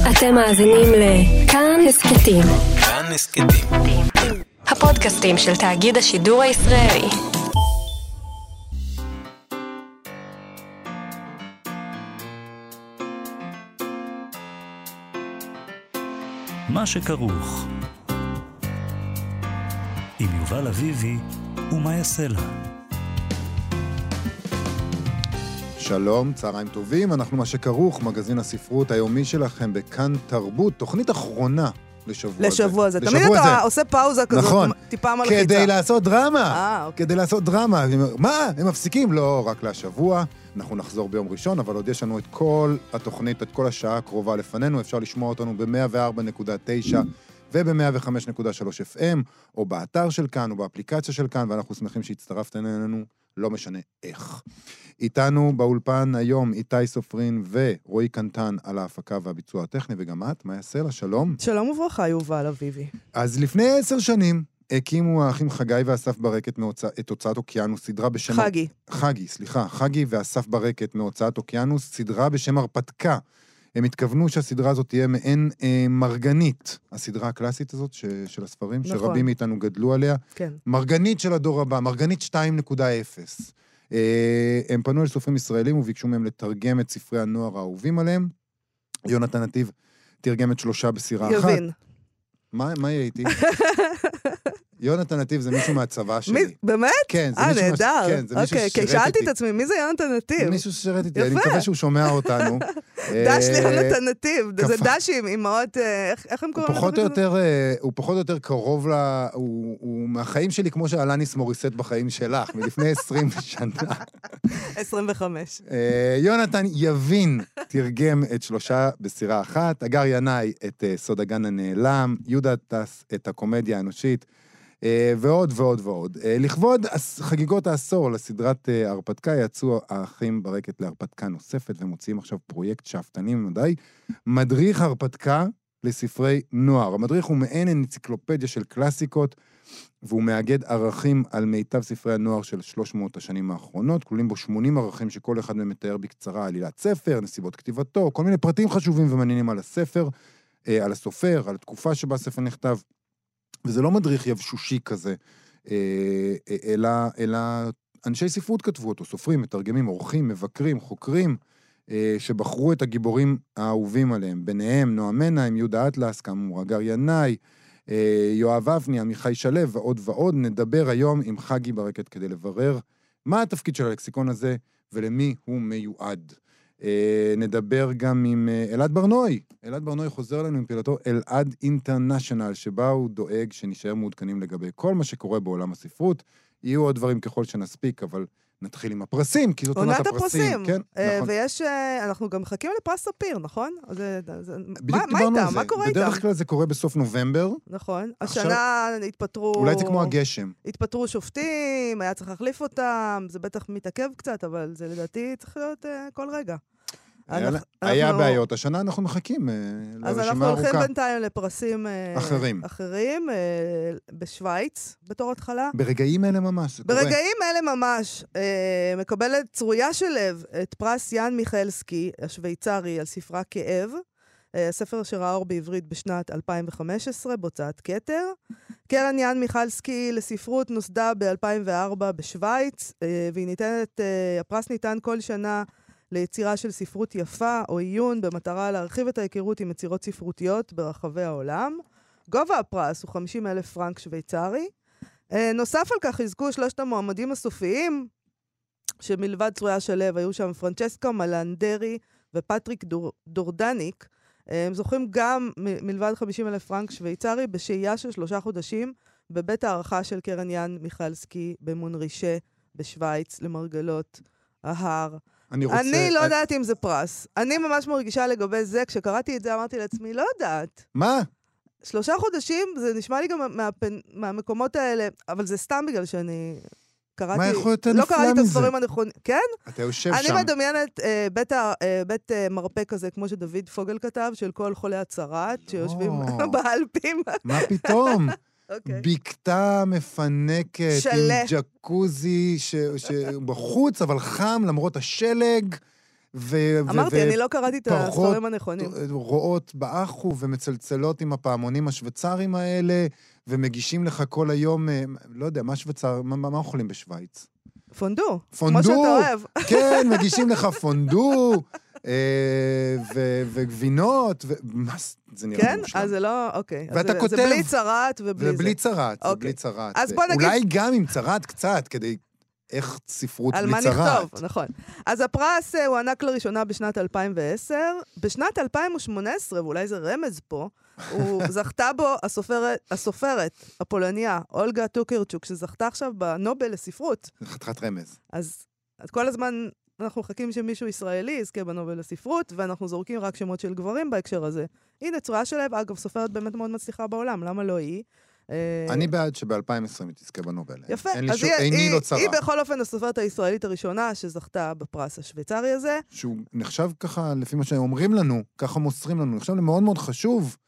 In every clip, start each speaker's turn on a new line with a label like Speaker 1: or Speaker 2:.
Speaker 1: אתם מאזינים לכאן הסקטים.
Speaker 2: כאן הסקטים.
Speaker 1: הפודקאסטים של תאגיד השידור הישראלי.
Speaker 3: מה שכרוך. עם יובל אביבי ומה יעשה לה.
Speaker 4: שלום, צהריים טובים, אנחנו מה שכרוך, מגזין הספרות היומי שלכם בכאן תרבות, תוכנית אחרונה לשבוע הזה.
Speaker 5: תמיד אתה עושה פאוזה כזאת, נכון, טיפה מלחיצה.
Speaker 4: כדי לעשות דרמה, כדי לעשות דרמה. מה? הם מפסיקים? לא, רק להשבוע. אנחנו נחזור ביום ראשון, אבל עוד יש לנו את כל התוכנית, את כל השעה הקרובה לפנינו. אפשר לשמוע אותנו ב-104.9 וב-105.3 FM, או באתר של כאן, או באפליקציה של כאן, ואנחנו שמחים שהצטרפתם אלינו, לא משנה איך. איתנו באולפן היום איתי סופרין ורועי קנטן על ההפקה והביצוע הטכני, וגם את, מה יעשה לה? שלום.
Speaker 5: שלום וברכה, יובל אביבי.
Speaker 4: אז לפני 10 שנים הקימו האחים חגי ואסף ברקת את הוצאת אוקיינוס, סדרה בשם... חגי ואסף ברקת מהוצאת אוקיינוס, סדרה בשם הרפתקה. הם התכוונו שהסדרה הזאת תהיה מעין מרגנית, הסדרה הקלאסית הזאת של הספרים, נכון. שרבים מאיתנו גדלו עליה. כן. מרגנית של הדור הבא, מרגנית 2.0. הם פנו אל סופרים ישראלים וביקשו מהם לתרגם את ספרי הנוער האהובים עליהם. יונתן נתיב תרגם את 3 בסירה אחת.
Speaker 5: יבין.
Speaker 4: מה יהיה איתי? יונתן נתיב זה מישהו מהצבא שלי.
Speaker 5: באמת?
Speaker 4: כן, זה מישהו
Speaker 5: נהדר.
Speaker 4: כן, זה מישהו ששירת איתי.
Speaker 5: כי שאלתי את עצמי, מי זה יונתן נתיב?
Speaker 4: מישהו ששירת איתי, אני מקווה שהוא שומע אותנו.
Speaker 5: דש ליונתן נתיב, זה דשים, אמאות, איך הם קוראים?
Speaker 4: הוא פחות או יותר קרוב הוא מהחיים שלי כמו שאלניס מוריסט בחיים שלך, מלפני 20 שנה.
Speaker 5: 25.
Speaker 4: יונתן יבין תרגם את 3 בסירה אחת, אגר ינאי את סוד הגן הנעלם, יהודה טס את הקומדיה האנושית, ועוד ועוד ועוד. לכבוד חגיגות העשור לסדרת הרפתקה, יצאו האחים ברקת להרפתקה נוספת, ומוציאים עכשיו פרויקט שאפתני ממדי, מדריך הרפתקה לספרי נוער. המדריך הוא מעין אנציקלופדיה של קלאסיקות, והוא מאגד ערכים על מיטב ספרי הנוער של 300 השנים האחרונות, כלולים בו 80 ערכים שכל אחד מהם מתאר בקצרה עלילת ספר, נסיבות כתיבתו, כל מיני פרטים חשובים ומעניינים על הספר, על הסופר, על התקופה שבה הספר נכתב. וזה לא מדריך יבשושי כזה, אלא אנשי ספרות כתבו אותו, סופרים, מתרגמים, עורכים, מבקרים, חוקרים, שבחרו את הגיבורים האהובים עליהם. ביניהם נועם מנהיים, יהודה אטלס, כאמור, אגר ינאי, יואב אבני, עמיחי שלו ועוד ועוד. נדבר היום עם חגי ברקת כדי לברר מה התפקיד של הלקסיקון הזה ולמי הוא מיועד. נדבר גם עם אלעד ברנוי. אלעד ברנוי חוזר לנו עם פעילתו אלעד אינטרנשיונל, שבה הוא דואג שנשאר מעודכנים לגבי כל מה שקורה בעולם הספרות. יהיו עוד דברים ככל שנספיק, אבל נתחיל עם הפרסים, כי זאת עונת הפרסים. כן, נכון.
Speaker 5: ויש, אנחנו גם מחכים לפרס ספיר, נכון?
Speaker 4: בדיוק דיברנו על זה. מה קורה איתם? בדרך כלל זה קורה בסוף נובמבר.
Speaker 5: נכון. השנה התפטרו...
Speaker 4: אולי זה כמו הגשם.
Speaker 5: התפטרו שופטים, היה צריך להחליף אותם, זה בטח מתעכב קצת, אבל זה לדעתי צריך להיות כל רגע.
Speaker 4: היה בעיות, השנה אנחנו מחכים לרשימה ארוכה.
Speaker 5: אז אנחנו הולכים בינתיים לפרסים אחרים בשוויץ, בתור התחלה.
Speaker 4: ברגעים אלה ממש.
Speaker 5: ברגעים אלה ממש, מקבלת צרויה של לב את פרס יאן מיכאלסקי, השוויצרי, על ספרה כאב, הספר שראה אור בעברית בשנת 2015, בהוצאת כתר. קרן יאן מיכאלסקי לספרות נוסדה ב-2004 בשוויץ, והיא ניתנת, הפרס ניתן כל שנה, ליצירה של ספרות יפה או עיון במטרה להרחיב את ההיכרות עם יצירות ספרותיות ברחבי העולם. גובה הפרס הוא 50,000 פרנק שוויצרי. נוסף על כך יזכו 3 המועמדים הסופיים, שמלבד צרויה של לב היו שם פרנצ'סקה מלנדרי ופטריק דורדניק. הם זוכים גם מלבד 50,000 פרנק שוויצרי בשהייה של 3 חודשים בבית הערכה של קרן יאן מיכאלסקי במונרישה בשוויץ למרגלות ההר. אני לא יודעת אם זה פרס. אני ממש מרגישה לגבי זה, כשקראתי את זה אמרתי לעצמי, לא יודעת.
Speaker 4: מה?
Speaker 5: 3 חודשים, זה נשמע לי גם מהמקומות האלה, אבל זה סתם בגלל שאני קראתי...
Speaker 4: מה יכול יותר
Speaker 5: לא
Speaker 4: נפלא
Speaker 5: קראתי
Speaker 4: מזה?
Speaker 5: את הספרים הנכונים. כן?
Speaker 4: אתה יושב שם.
Speaker 5: אני מדמיינת בית מרפא כזה, כמו שדוד פוגל כתב, של כל חולי הצרת, שיושבים באלפים.
Speaker 4: מה פתאום? בקתה מפנקת, עם ג'קוזי שבחוץ, אבל חם למרות השלג,
Speaker 5: אמרתי, אני לא קראתי את הספרים הנכונים.
Speaker 4: רואות באחו ומצלצלות עם הפעמונים השוויצרים האלה, ומגישים לך כל היום, לא יודע, מה שוויצר, מה אוכלים בשוויץ?
Speaker 5: פונדו.
Speaker 4: פונדו.
Speaker 5: כמו שאתה אוהב.
Speaker 4: כן, מגישים לך פונדו, וגבינות, זה נראה
Speaker 5: כן?
Speaker 4: מושלם.
Speaker 5: אז זה לא, אוקיי.
Speaker 4: ואתה כותב...
Speaker 5: זה בלי צרת ובלי זה.
Speaker 4: זה בלי צרת, זה בלי צרת. אז בוא נגיד... אולי גם עם צרת קצת, כדי... איך ספרות בלי צרת.
Speaker 5: על מה נכתוב, נכון. אז הפרס הוא ענק לראשונה בשנת 2010. בשנת 2018, ואולי זה רמז פה, הוא זכתה בו הסופרת הפולניה, אולגה טוקרצ'וק, שזכתה עכשיו בנובל לספרות.
Speaker 4: זה חתיכת רמז.
Speaker 5: אז כל הזמן אנחנו מחכים שמישהו ישראלי יזכה בנובל לספרות, ואנחנו זורקים רק שמות של גברים בהקשר הזה. הנה, צורה שלב, אגב, סופרת באמת מאוד מצליחה בעולם, למה לא היא?
Speaker 4: אני בעד שב-2020 היא תזכה בנובל.
Speaker 5: יפה.
Speaker 4: אז עיני לא צרה.
Speaker 5: היא בכל אופן הסופרת הישראלית הראשונה שזכתה בפרס השוויצרי הזה.
Speaker 4: שהוא נחשב ככה, לפי מה שאומרים לנו, ככה מוסרים לנו, נחשב למאוד מאוד חשוב,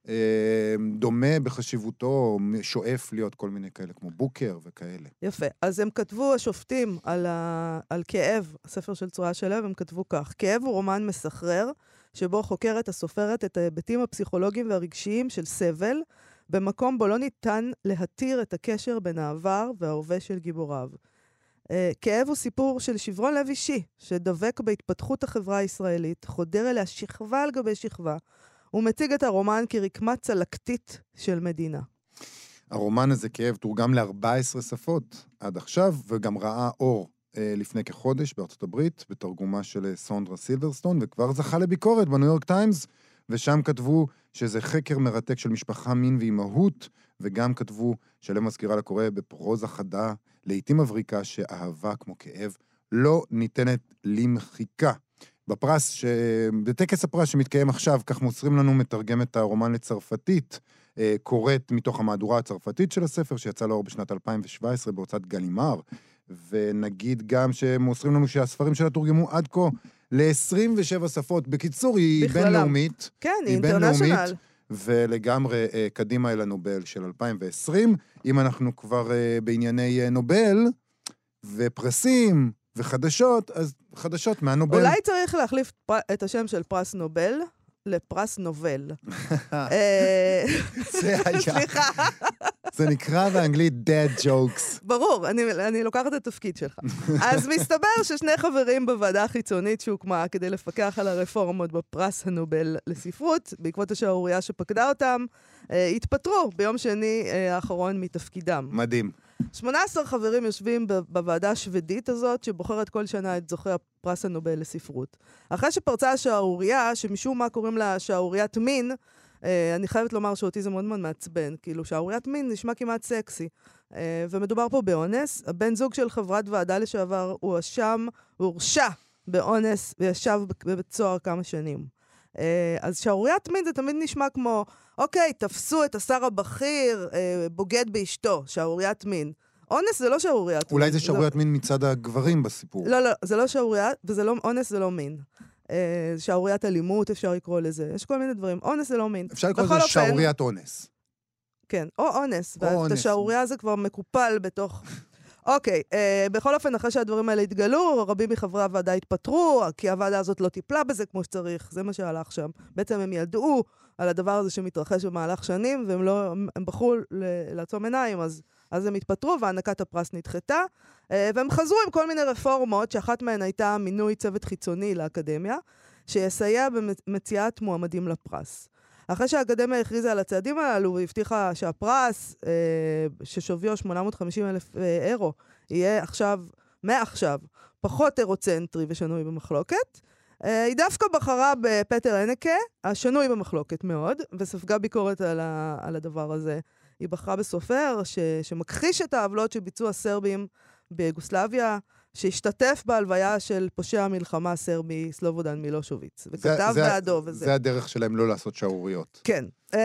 Speaker 4: דומה בחשיבותו, שואף להיות כל מיני כאלה, כמו בוקר וכאלה.
Speaker 5: יפה. אז הם כתבו, השופטים, על כאב, הספר של צורה שלב, הם כתבו כך: כאב הוא רומן מסחרר, שבו חוקרת הסופרת את ההיבטים הפסיכולוגיים והרגשיים של סבל, במקום בו לא ניתן להתיר את הקשר בין העבר וההווה של גיבוריו. כאב הוא סיפור של שברון לב אישי, שדבק בהתפתחות החברה הישראלית, חודר אליה שכבה על גבי שכבה, ומציג את הרומן כרקמה צלקתית של מדינה.
Speaker 4: הרומן הזה, כאב, תורגם ל-14 שפות עד עכשיו, וגם ראה אור לפני כחודש בארצות הברית, בתרגומה של סונדרה סילברסטון, וכבר זכה לביקורת בניו יורק טיימס, ושם כתבו שזה חקר מרתק של משפחה, מין ואימהות, וגם כתבו שלם מזכירה לקורא בפרוזה חדה, לעתים מבריקה שאהבה כמו כאב לא ניתנת למחיקה. בפרס, בטקס הפרס שמתקיים עכשיו, כך מוסרים לנו מתרגם את הרומן לצרפתית, קוראת מתוך המהדורה הצרפתית של הספר, שיצא לאור בשנת 2017 בהוצאת גלימר, ונגיד גם שמוסרים לנו שהספרים שלה תורגמו עד כה ל-27 שפות. בקיצור, היא בינלאומית.
Speaker 5: כן, היא אינטרנשיונל.
Speaker 4: ולגמרי קדימה אל הנובל של 2020. אם אנחנו כבר בענייני נובל ופרסים וחדשות, אז חדשות מהנובל.
Speaker 5: אולי צריך להחליף את השם של פרס נובל לפרס נובל.
Speaker 4: זה היה.
Speaker 5: סליחה.
Speaker 4: זה נקרא באנגלית dead jokes.
Speaker 5: ברור, אני לוקחת את התפקיד שלך. אז מסתבר ששני חברים בוועדה החיצונית שהוקמה כדי לפקח על הרפורמות בפרס הנובל לספרות, בעקבות השערורייה שפקדה אותם, התפטרו ביום שני האחרון מתפקידם.
Speaker 4: מדהים.
Speaker 5: 18 חברים יושבים בוועדה השוודית הזאת, שבוחרת כל שנה את זוכי הפרס הנובל לספרות. אחרי שפרצה השערורייה, שמשום מה קוראים לה שערוריית מין, אני חייבת לומר שאותי זה מאוד מאוד מעצבן, כאילו שערוריית מין נשמע כמעט סקסי. ומדובר פה באונס. הבן זוג של חברת ועדה לשעבר הוא הורשע באונס וישב בבית סוהר כמה שנים. אז שערוריית מין זה תמיד נשמע כמו, אוקיי, תפסו את השר הבכיר, בוגד באשתו, שערוריית מין. אונס זה לא שערוריית מין.
Speaker 4: אולי זה שערוריית מין מצד הגברים בסיפור.
Speaker 5: לא, זה לא שערוריית, אונס זה לא מין. שערוריית אלימות, אפשר לקרוא לזה. יש כל מיני דברים. אונס זה לא מין.
Speaker 4: אפשר לקרוא לזה שערוריית אונס.
Speaker 5: כן, או אונס. ואת השערורייה זה כבר מקופל בתוך... אוקיי, בכל אופן, אחרי שהדברים האלה התגלו, רבים מחברי הוועדה התפטרו, כי הוועדה הזאת לא טיפלה בזה כמו שצריך. זה מה שהלך שם. בעצם הם ידעו על הדבר הזה שמתרחש במהלך שנים, והם בחרו לעצום עיניים, אז הם התפטרו, והענקת הפרס נדחתה, והם חזרו עם כל מיני רפורמות, שאחת מהן הייתה מינוי צוות חיצוני לאקדמיה, שיסייע במציאת מועמדים לפרס. אחרי שהאקדמיה הכריזה על הצעדים הללו, והבטיחה שהפרס, ששוויו 850,000 אירו, יהיה מעכשיו, פחות אירוצנטרי ושנוי במחלוקת, היא דווקא בחרה בפטר הנקה, השנוי במחלוקת מאוד, וספגה ביקורת על הדבר הזה. היא בחרה בסופר שמכחיש את העוולות שביצעו הסרבים ביוגוסלביה, שהשתתף בהלוויה של פושע המלחמה הסרבי סלובודן מילושוויץ, וכתב בעדו וזה.
Speaker 4: זה הדרך שלהם לא לעשות שערוריות.
Speaker 5: כן.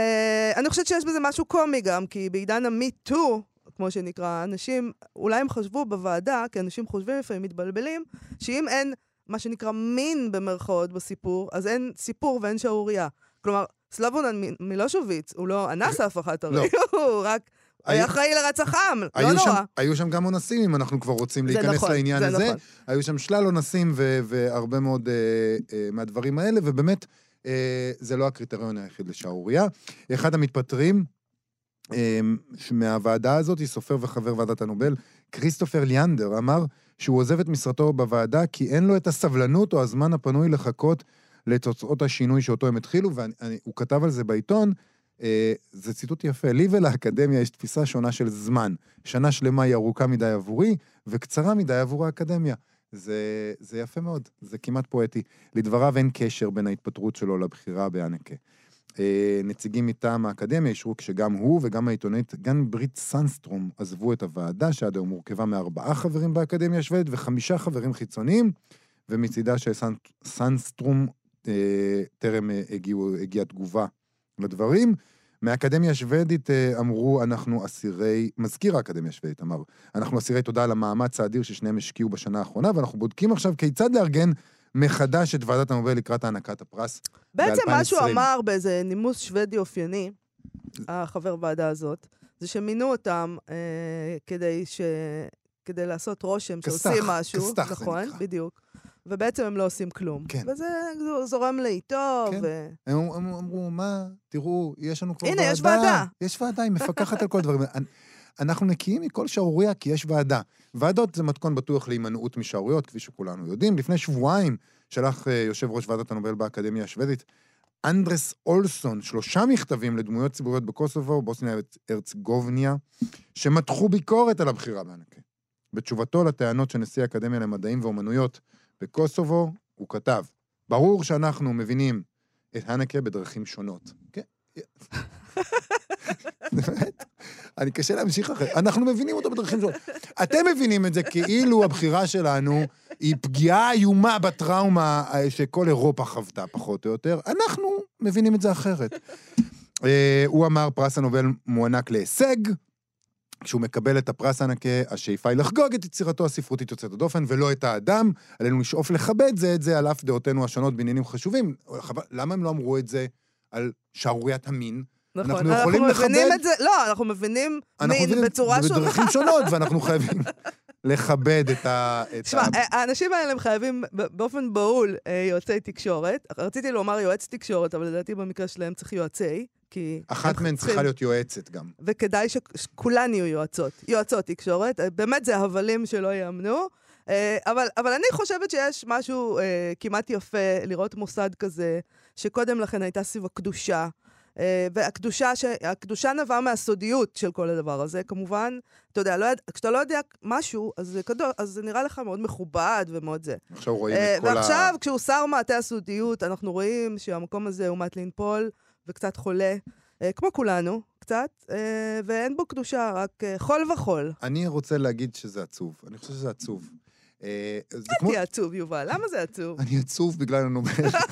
Speaker 5: אני חושבת שיש בזה משהו קומי גם, כי בעידן המי-טו, כמו שנקרא, אנשים, אולי הם חשבו בוועדה, כי אנשים חושבים לפעמים מתבלבלים, שאם אין מה שנקרא מין במרכאות בסיפור, אז אין סיפור ואין שערורייה. כלומר, סלובודן מילושוויץ, הוא לא אנס אף אחת הרי, הוא רק היה אחראי לרצח עם, לא נורא.
Speaker 4: היו שם גם אונסים, אם אנחנו כבר רוצים להיכנס לעניין הזה. היו שם שלל אונסים והרבה מאוד מהדברים האלה, ובאמת, זה לא הקריטריון היחיד לשערוריה. אחד המתפטרים מהוועדה הזאת, סופר וחבר ועדת הנובל, כריסטופר ליאנדר, אמר שהוא עוזב את משרתו בוועדה, כי אין לו את הסבלנות או הזמן הפנוי לחכות לתוצאות השינוי שאותו הם התחילו, והוא כתב על זה בעיתון, זה ציטוט יפה, לי ולאקדמיה יש תפיסה שונה של זמן. שנה שלמה היא ארוכה מדי עבורי, וקצרה מדי עבור האקדמיה. זה יפה מאוד, זה כמעט פואטי. לדבריו אין קשר בין ההתפטרות שלו לבחירה בהנקה. נציגים מטעם האקדמיה ישרו כשגם הוא וגם העיתונאית גן ברית סנסטרום עזבו את הוועדה, שעד היום מורכבה מ4 חברים באקדמיה השוודית ו5 חברים חיצוניים, ומצידה של סנסטרום טרם הגיעה תגובה לדברים. מהאקדמיה השוודית אמרו, מזכיר האקדמיה השוודית אמר, אנחנו אסירי תודה על המאמץ האדיר ששניהם השקיעו בשנה האחרונה, ואנחנו בודקים עכשיו כיצד לארגן מחדש את ועדת הנובל לקראת הענקת הפרס ב-2020.
Speaker 5: בעצם מה שהוא אמר באיזה נימוס שוודי אופייני, החבר ועדה הזאת, זה שמינו אותם כדי לעשות רושם שעושים משהו.
Speaker 4: כסתח
Speaker 5: נכון,
Speaker 4: זה נקרא.
Speaker 5: בדיוק. ובעצם הם לא עושים כלום.
Speaker 4: כן.
Speaker 5: וזה זורם לאיתו.
Speaker 4: כן. הם אמרו, מה, תראו, יש לנו כבר
Speaker 5: הנה,
Speaker 4: ועדה.
Speaker 5: יש ועדה.
Speaker 4: יש ועדה, היא מפקחת על כל דברים. אנחנו נקיים מכל שערוריה, כי יש ועדה. ועדות זה מתכון בטוח להימנעות משערוריות, כפי שכולנו יודעים. לפני שבועיים שלח יושב ראש ועדת הנובל באקדמיה השוודית, אנדרס אולסון, 3 מכתבים לדמויות ציבוריות בקוסובו, בוסניה הרצגובניה, שמתחו ביקורת על הבחירה בהנקה. בתשובתו לטענות של נשיא האקדמיה למדעים ואומנויות בקוסובו, הוא כתב, ברור שאנחנו מבינים את הנקה בדרכים שונות. כן? באמת? אני קשה להמשיך אחרי. אנחנו מבינים אותו בדרכים שונות. אתם מבינים את זה כאילו הבחירה שלנו היא פגיעה איומה בטראומה שכל אירופה חוותה, פחות או יותר. אנחנו מבינים את זה אחרת. הוא אמר, פרס הנובל מוענק להישג, כשהוא מקבל את הפרס הענקה, השאיפה היא לחגוג את יצירתו הספרותית יוצאת הדופן, ולא את האדם. עלינו לשאוף לכבד זה את זה, על אף דעותינו השונות בעניינים חשובים. למה הם לא אמרו את זה על שערוריית המין?
Speaker 5: נכון,
Speaker 4: אנחנו יכולים
Speaker 5: מבינים
Speaker 4: לכבד...
Speaker 5: את זה, לא, אנחנו מבינים מין בצורה שונה.
Speaker 4: בדרכים שונות, ואנחנו חייבים לכבד את ה...
Speaker 5: תשמע, האנשים האלה הם חייבים באופן בהול יועצי תקשורת. רציתי לומר יועץ תקשורת, אבל לדעתי במקרה שלהם צריך יועצי, כי...
Speaker 4: אחת מהן צריכה להיות יועצת גם.
Speaker 5: וכדאי שכולן יהיו יועצות תקשורת. באמת זה הבלים שלא יאמנו. אבל אני חושבת שיש משהו כמעט יפה לראות מוסד כזה, שקודם לכן הייתה סביב הקדושה, והקדושה נבעה מהסודיות של כל הדבר הזה, כמובן, אתה יודע, כשאתה לא יודע משהו, אז זה נראה לך מאוד מכובד ומאוד זה.
Speaker 4: עכשיו רואים את כל
Speaker 5: ועכשיו, כשהוא שר מעטה הסודיות, אנחנו רואים שהמקום הזה הוא מת לנפול, וקצת חולה, כמו כולנו, קצת, ואין בו קדושה, רק חול וחול.
Speaker 4: אני רוצה להגיד שזה עצוב. אני חושב שזה עצוב.
Speaker 5: תהיה עצוב, יובל. למה זה עצוב?
Speaker 4: אני עצוב בגלל הנובל.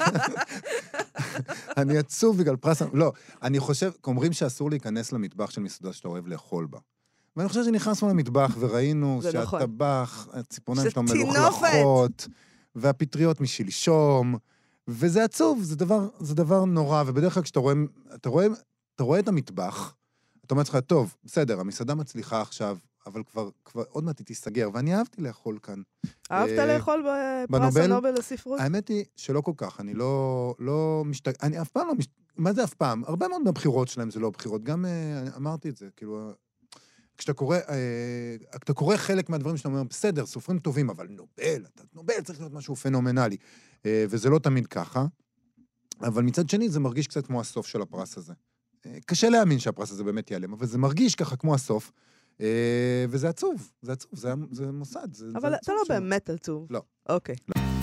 Speaker 4: אני עצוב בגלל פרס... לא, אני חושב, אומרים שאסור להיכנס למטבח של מסעדה שאתה אוהב לאכול בה. ואני חושב שנכנסנו למטבח וראינו שהטבח, הציפורניים שלנו מלוכלכות, והפטריות משלשום, וזה עצוב, זה דבר נורא, ובדרך כלל כשאתה רואה את המטבח, אתה אומר לך, טוב, בסדר, המסעדה מצליחה עכשיו, אבל כבר עוד מעט היא תיסגר, ואני אהבתי לאכול כאן.
Speaker 5: אהבת לאכול בפרס הנובל לספרות?
Speaker 4: האמת היא שלא כל כך, אני לא אני אף פעם לא מה זה אף פעם? הרבה מאוד מהבחירות שלהם זה לא בחירות, גם אמרתי את זה, כאילו, כשאתה קורא חלק מהדברים שאתה אומר, בסדר, סופרים טובים, אבל נובל צריך להיות משהו פנומנלי, וזה לא תמיד ככה, אבל מצד שני זה מרגיש קצת כמו הסוף של הפרס הזה. קשה להאמין שהפרס הזה באמת ייעלם, אבל זה מרגיש ככה כמו הסוף, וזה עצוב, זה מוסד.
Speaker 5: אבל אתה לא באמת עצוב.
Speaker 4: לא.
Speaker 5: אוקיי.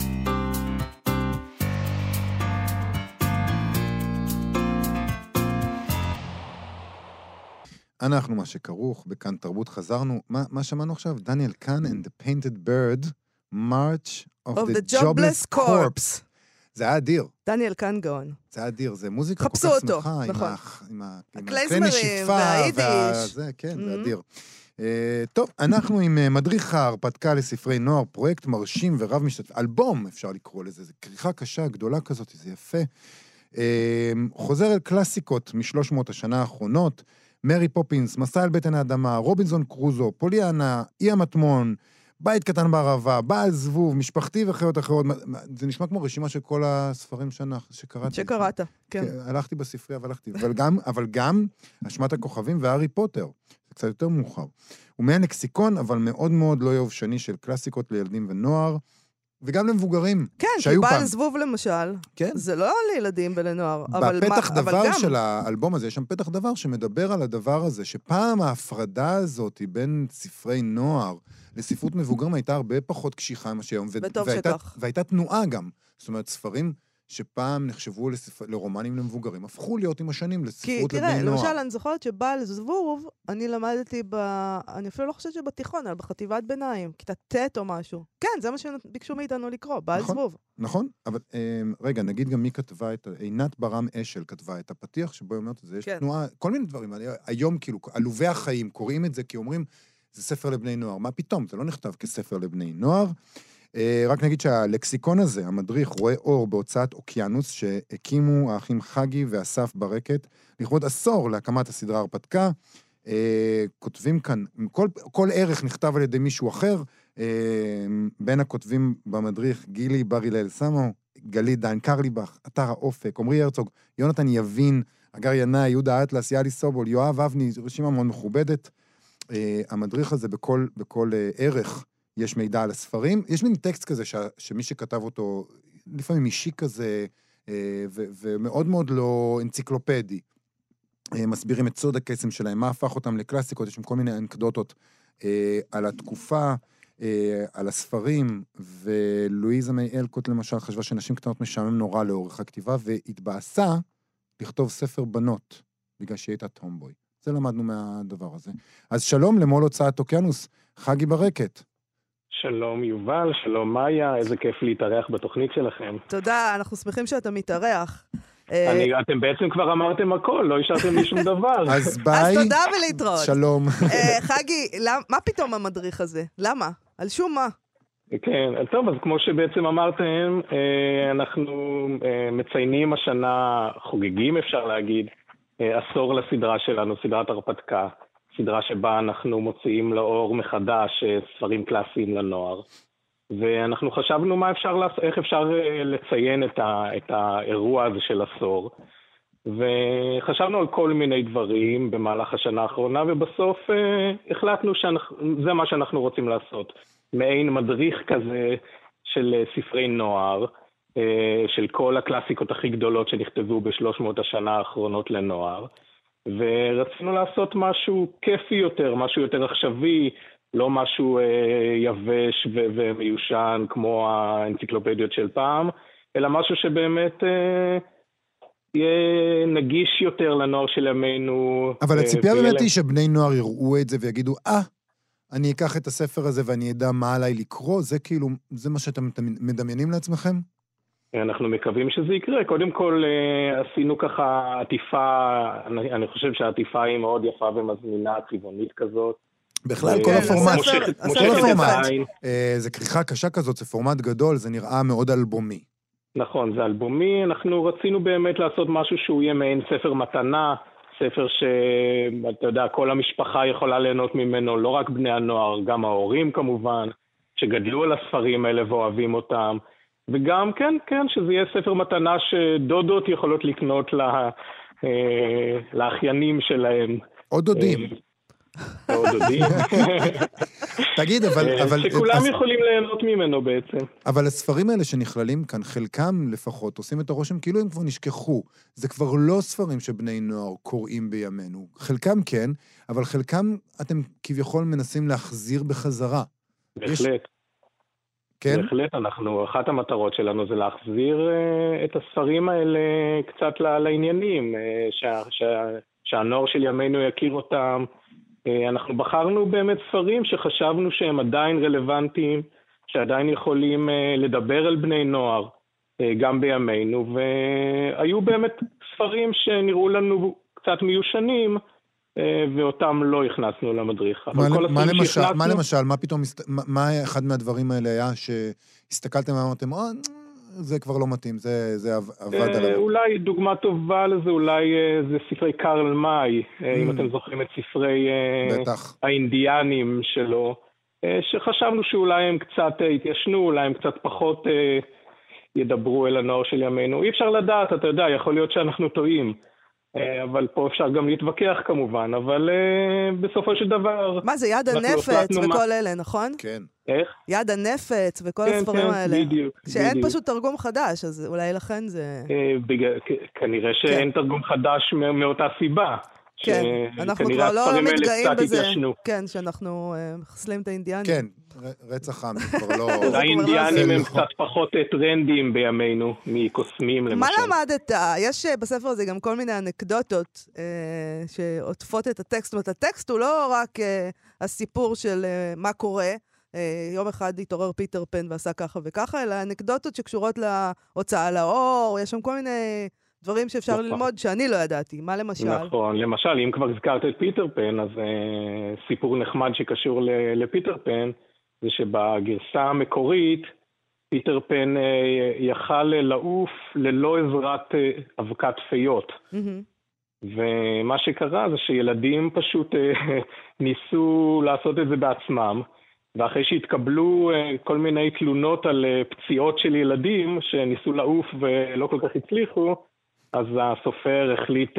Speaker 4: אנחנו מה שכרוך, בכאן תרבות חזרנו, מה שמענו עכשיו? דניאל קאן and the Painted Bird, March of the Jobless Corpse. זה היה אדיר.
Speaker 5: דניאל קאן גאון.
Speaker 4: זה היה אדיר, זה מוזיקה כל כך שמחה, עם
Speaker 5: הקלייזמרים והיידיש.
Speaker 4: כן, זה אדיר. טוב, אנחנו עם מדריך ההרפתקה לספרי נוער, פרויקט מרשים ורב משתתף, אלבום אפשר לקרוא לזה, זה כריכה קשה, גדולה כזאת, זה יפה. חוזר אל קלאסיקות מ-300 השנה האחרונות, מרי פופינס, מסע אל בטן האדמה, רובינזון קרוזו, פוליאנה, אי המטמון, בית קטן בערבה, בעל זבוב, משפחתי וחיות אחרות. זה נשמע כמו רשימה של כל הספרים שקראתי.
Speaker 5: שקראת, כן.
Speaker 4: הלכתי בספרייה והלכתי. אבל גם אשמת הכוכבים והארי פוטר. זה קצת יותר מאוחר. הוא מעין לקסיקון, אבל מאוד מאוד לא יובשני של קלאסיקות לילדים ונוער, וגם למבוגרים.
Speaker 5: כן, כי בעל זבוב למשל, כן. זה לא לילדים ולנוער.
Speaker 4: בפתח דבר של האלבום הזה, יש שם פתח דבר שמדבר על הדבר הזה, שפעם ההפרדה הזאת היא בין ספרי נוער לספרות מבוגרים הייתה הרבה פחות קשיחה ממה שהיום.
Speaker 5: וטוב שכך.
Speaker 4: והייתה תנועה גם. זאת אומרת, ספרים שפעם נחשבו לרומנים למבוגרים, הפכו להיות עם השנים לספרות לבני נוער.
Speaker 5: כי תראה, למשל, אני זוכרת שבעל זבוב, אני למדתי אני אפילו לא חושבת שבתיכון, אבל בחטיבת ביניים, כיתה ט' או משהו. כן, זה מה שביקשו מאיתנו לקרוא, בעל זבוב.
Speaker 4: נכון, אבל רגע, נגיד גם מי כתבה עינת ברם אשל כתבה את הפתיח, שבו היא אומרת את זה, יש תנועה, כל מיני דברים. היום כאילו, עלובי החיים קוראים את זה, כי אומרים, זה ספר לבני נוער. מה פתאום? זה לא נכתב כספר לבני נוער. רק נגיד שהלקסיקון הזה, המדריך, רואה אור בהוצאת אוקיינוס, שהקימו האחים חגי ואסף ברקת, לכבוד עשור להקמת הסדרה הרפתקה. כותבים כאן, כל ערך נכתב על ידי מישהו אחר, בין הכותבים במדריך, גילי בר הלל סמו, גלית דן קרליבך, אתר האופק, עמרי הרצוג, יונתן יבין, אגר ינאי, יהודה אטלס, יאלי סובול, יואב אבני, רשימה מאוד מכובדת. המדריך הזה בכל ערך יש מידע על הספרים. יש מין טקסט כזה שמי שכתב אותו, לפעמים אישי כזה, ומאוד מאוד לא אנציקלופדי. מסבירים את סוד הקסם שלהם, מה הפך אותם לקלאסיקות, יש שם כל מיני אנקדוטות על התקופה, על הספרים, ולואיזה מיי אלקוט למשל חשבה שנשים קטנות משעמם נורא לאורך הכתיבה, והתבאסה לכתוב ספר בנות, בגלל שהיא הייתה טומבוי. זה למדנו מהדבר הזה. אז שלום למול הוצאת אוקיינוס, חגי ברקת.
Speaker 6: שלום יובל, שלום מאיה, איזה כיף להתארח בתוכנית שלכם.
Speaker 5: תודה, אנחנו שמחים שאתה מתארח.
Speaker 6: אתם בעצם כבר אמרתם הכל, לא השארתם לי שום דבר.
Speaker 4: אז ביי.
Speaker 5: אז תודה ולהתראות.
Speaker 4: שלום.
Speaker 5: חגי, מה פתאום המדריך הזה? למה? על שום מה?
Speaker 6: כן, טוב, אז כמו שבעצם אמרתם, אנחנו מציינים השנה, חוגגים אפשר להגיד, עשור לסדרה שלנו, סדרת הרפתקה. סדרה שבה אנחנו מוציאים לאור מחדש ספרים קלאסיים לנוער. ואנחנו חשבנו איך אפשר לציין את האירוע הזה של עשור. וחשבנו על כל מיני דברים במהלך השנה האחרונה, ובסוף החלטנו שזה מה שאנחנו רוצים לעשות. מעין מדריך כזה של ספרי נוער, של כל הקלאסיקות הכי גדולות שנכתבו ב300 השנה האחרונות לנוער. ורצינו לעשות משהו כיפי יותר, משהו יותר עכשווי, לא משהו יבש ומיושן כמו האנציקלופדיות של פעם, אלא משהו שבאמת יהיה נגיש יותר לנוער של ימינו.
Speaker 4: אבל הציפייה באמת היא שבני נוער יראו את זה ויגידו, אני אקח את הספר הזה ואני אדע מה עליי לקרוא, זה כאילו, זה מה שאתם מדמיינים לעצמכם?
Speaker 6: אנחנו מקווים שזה יקרה. קודם כל עשינו ככה עטיפה, אני חושב שהעטיפה היא מאוד יפה ומזמינה, צבעונית כזאת.
Speaker 4: בכלל כל הפורמט, זה כריכה קשה כזאת, זה פורמט גדול, זה נראה מאוד אלבומי.
Speaker 6: נכון, זה אלבומי. אנחנו רצינו באמת לעשות משהו שהוא יהיה מעין ספר מתנה, ספר שאתה יודע, כל המשפחה יכולה ליהנות ממנו, לא רק בני הנוער, גם ההורים כמובן, שגדלו על הספרים האלה ואוהבים אותם. וגם כן, שזה יהיה ספר מתנה שדודות יכולות לקנות לאחיינים שלהם.
Speaker 4: או דודים.
Speaker 6: או דודים.
Speaker 4: תגיד, אבל...
Speaker 6: שכולם יכולים ליהנות ממנו בעצם.
Speaker 4: אבל הספרים האלה שנכללים כאן, חלקם לפחות, עושים את הרושם כאילו הם כבר נשכחו. זה כבר לא ספרים שבני נוער קוראים בימינו. חלקם כן, אבל חלקם אתם כביכול מנסים להחזיר בחזרה.
Speaker 6: בהחלט.
Speaker 4: כן?
Speaker 6: בהחלט, אחת המטרות שלנו זה להחזיר את הספרים האלה קצת לעניינים, שהנוער של ימינו יכיר אותם. אנחנו בחרנו באמת ספרים שחשבנו שהם עדיין רלוונטיים, שעדיין יכולים לדבר על בני נוער גם בימינו, והיו באמת ספרים שנראו לנו קצת מיושנים, ואותם לא הכנסנו למדריך.
Speaker 4: מה למשל, מה פתאום, מה אחד מהדברים האלה היה שהסתכלתם ואמרתם, זה כבר לא מתאים, זה עבד עליו.
Speaker 6: אולי דוגמה טובה לזה, אולי זה ספרי קרל מאי, אם אתם זוכרים את ספרי האינדיאנים שלו, שחשבנו שאולי הם קצת התיישנו, אולי הם קצת פחות ידברו אל הנוער של ימינו. אי אפשר לדעת, אתה יודע, יכול להיות שאנחנו טועים. אבל פה אפשר גם להתווכח כמובן, אבל בסופו של דבר...
Speaker 5: מה זה, יד הנפץ וכל אלה, נכון?
Speaker 4: כן.
Speaker 6: איך?
Speaker 5: יד הנפץ וכל הספרים האלה.
Speaker 6: כן, בדיוק.
Speaker 5: שאין פשוט תרגום חדש, אז אולי לכן זה...
Speaker 6: כנראה שאין תרגום חדש מאותה סיבה.
Speaker 5: כן, אנחנו כבר לא מתגאים בזה. כן, שאנחנו מחסלים את האינדיאנים.
Speaker 4: כן, רצח עם, כבר לא...
Speaker 6: האינדיאנים הם קצת פחות טרנדים בימינו, מקוסמים למשל.
Speaker 5: מה למדת? יש בספר הזה גם כל מיני אנקדוטות שעוטפות את הטקסט. זאת אומרת, הטקסט הוא לא רק הסיפור של מה קורה, יום אחד התעורר פיטר פן ועשה ככה וככה, אלא אנקדוטות שקשורות להוצאה לאור, יש שם כל מיני... דברים שאפשר ללמוד שאני לא ידעתי. מה למשל?
Speaker 6: נכון, למשל, אם כבר הזכרת את פיטר פן, אז סיפור נחמד שקשור לפיטר פן, זה שבגרסה המקורית, פיטר פן יכל לעוף ללא עזרת אבקת פיות. ומה שקרה זה שילדים פשוט ניסו לעשות את זה בעצמם, ואחרי שהתקבלו כל מיני תלונות על פציעות של ילדים שניסו לעוף ולא כל כך הצליחו, אז הסופר החליט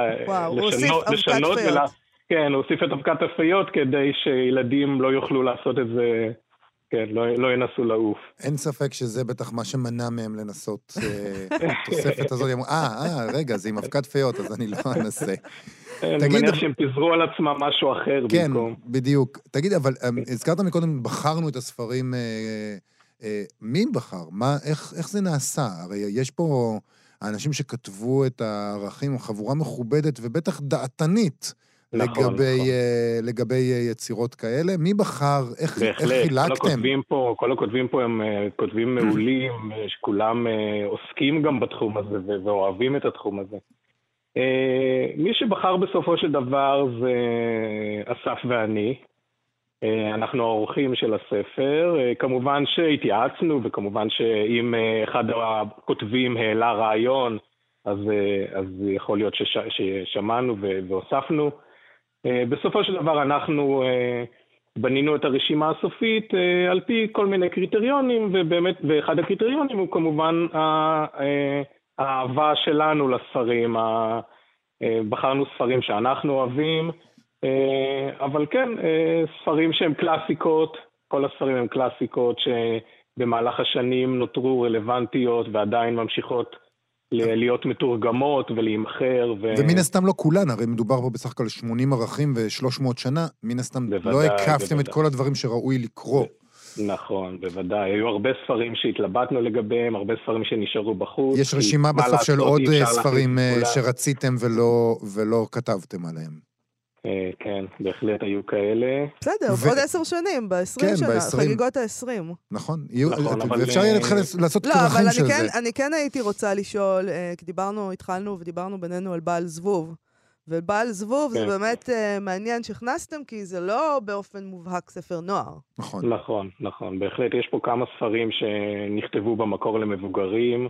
Speaker 6: לשנות, כן, להוסיף את אבקת הפיות כדי שילדים לא יוכלו לעשות את זה, כן, לא ינסו לעוף.
Speaker 4: אין ספק שזה בטח מה שמנע מהם לנסות תוספת הזאת. רגע, זה עם אבקת פיות, אז אני לא אנסה.
Speaker 6: אני מניח שהם תזרו על עצמם משהו אחר במקום.
Speaker 4: כן, בדיוק. תגיד, אבל הזכרת מקודם, בחרנו את הספרים, מי בחר? איך זה נעשה? הרי יש פה... האנשים שכתבו את הערכים, חבורה מכובדת ובטח דעתנית לגבי יצירות כאלה. מי בחר? איך חילקתם?
Speaker 6: כל הכותבים פה הם כותבים מעולים, שכולם עוסקים גם בתחום הזה ואוהבים את התחום הזה. מי שבחר בסופו של דבר זה אסף ואני. אנחנו האורחים של הספר, כמובן שהתייעצנו, וכמובן שאם אחד הכותבים העלה רעיון, אז יכול להיות ששמענו והוספנו. בסופו של דבר אנחנו בנינו את הרשימה הסופית על פי כל מיני קריטריונים, ובאמת, ואחד הקריטריונים הוא כמובן האהבה שלנו לספרים, בחרנו ספרים שאנחנו אוהבים, אבל כן, ספרים שהם קלאסיקות, כל הספרים הם קלאסיקות שבמהלך השנים נותרו רלוונטיות ועדיין ממשיכות להיות מתורגמות ולהימחר.
Speaker 4: ומן הסתם לא כולן, הרי מדובר פה בסך הכל 80 ערכים ו300 שנה, מן הסתם לא הקפתם את כל הדברים שראוי לקרוא.
Speaker 6: נכון, בוודאי. היו הרבה ספרים שהתלבטנו לגביהם, הרבה ספרים שנשארו בחוץ.
Speaker 4: יש רשימה בסוף של עוד ספרים שרציתם ולא כתבתם עליהם.
Speaker 6: כן, בהחלט היו כאלה.
Speaker 5: בסדר, עוד 10 שנים, ב-20 שנה, חגיגות ה-20.
Speaker 4: נכון, ואפשר יהיה לעשות כרכים של זה.
Speaker 5: אבל אני כן הייתי רוצה לשאול, כי התחלנו ודיברנו בינינו על בעל זבוב, ובעל זבוב זה באמת מעניין שהכנסתם, כי זה לא באופן מובהק ספר נוער.
Speaker 6: נכון, בהחלט יש פה כמה ספרים שנכתבו במקור למבוגרים,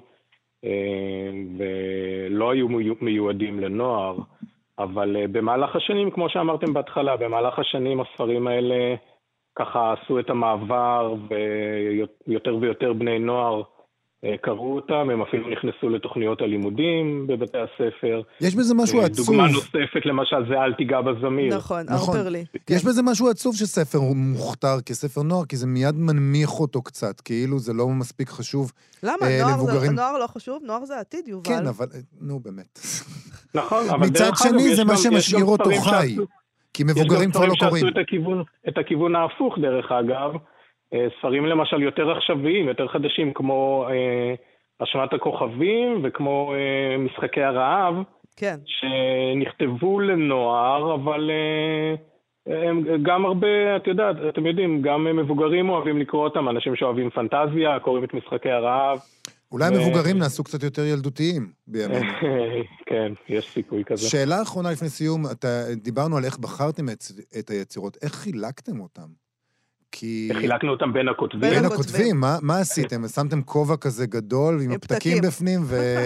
Speaker 6: ולא היו מיועדים לנוער, אבל במהלך השנים, כמו שאמרתם בהתחלה, במהלך השנים הספרים האלה ככה עשו את המעבר, ויותר ויותר בני נוער קראו אותם, הם אפילו נכנסו לתוכניות הלימודים בבתי הספר.
Speaker 4: יש בזה משהו עצוב.
Speaker 6: דוגמה נוספת למשל זה אל תיגע בזמיר.
Speaker 5: נכון, הרפרלי.
Speaker 4: יש בזה משהו עצוב שספר הוא מוכתר כספר נוער, כי זה מיד מנמיך אותו קצת, כאילו זה לא מספיק חשוב.
Speaker 5: למה? נוער לא חשוב? נוער זה עתיד, יובל.
Speaker 4: כן, אבל, נו באמת.
Speaker 6: נכון, אבל
Speaker 4: מצד שני זה מה שמשאיר אותו חי, כי מבוגרים כבר לא קוראים.
Speaker 6: יש גם ספרים שעשו את הכיוון ההפוך דרך אגב, ספרים למשל יותר עכשוויים, יותר חדשים, כמו אשמת הכוכבים וכמו משחקי הרעב,
Speaker 5: כן.
Speaker 6: שנכתבו לנוער, אבל הם גם הרבה, אתם יודעים, גם מבוגרים אוהבים לקרוא אותם, אנשים שאוהבים פנטזיה, קוראים את משחקי הרעב.
Speaker 4: אולי המבוגרים נעשו קצת יותר ילדותיים בימינו.
Speaker 6: כן, יש סיכוי כזה.
Speaker 4: שאלה אחרונה לפני סיום, דיברנו על איך בחרתם את היצירות, איך חילקתם אותם? כי...
Speaker 6: וחילקנו אותם בין הכותבים.
Speaker 4: בין הכותבים, מה עשיתם? שמתם כובע כזה גדול עם הפתקים בפנים,